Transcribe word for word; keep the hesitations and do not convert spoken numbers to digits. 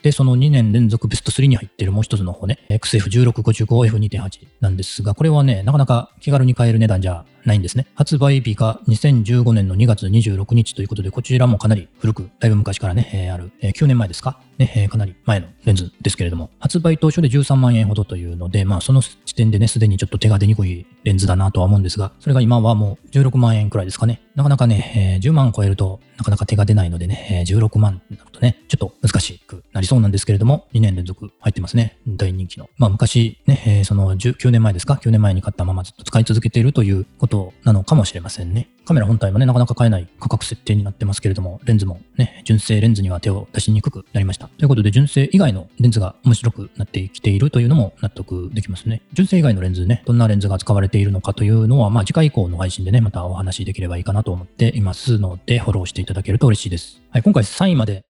で、そのにねん連続ベストスリーに入っているもう一つの方ね、エックスエフじゅうろくごじゅうごエフにてんはち なんですが、これはね、なかなか気軽に買える値段じゃないんですね。発売日がにせんじゅうごねんのにがつにじゅうろくにちということで、こちらもかなり古く、だいぶ昔からね、えー、ある、えー、きゅうねんまえですかね、えー、かなり前のレンズですけれども、発売当初でじゅうさんまんえんほどというので、まあその時点でね、すでにちょっと手が出にくいレンズだなとは思うんですが、それが今はもうじゅうろくまんえんくらいですかね。なかなかね、えー、じゅうまん超えるとなかなか手が出ないのでね、えー、じゅうろくまんになるとね、ちょっと難しくなりそうなんですけれども、にねん連続入ってますね。大人気の。まあ昔ね、えー、そのきゅうねんまえですか ?きゅう 年前に買ったままずっと使い続けているということなのかもしれませんね。カメラ本体もね、なかなか買えない価格設定になってますけれども、レンズもね、純正レンズには手を出しにくくなりました。ということで、純正以外のレンズが面白くなってきているというのも納得できますね。純正以外のレンズね、どんなレンズが使われているのかというのは、まあ次回以降の配信でね、またお話しできればいいかなと思っていますので、フォローしていただけると嬉しいです。はい、今回さんいまで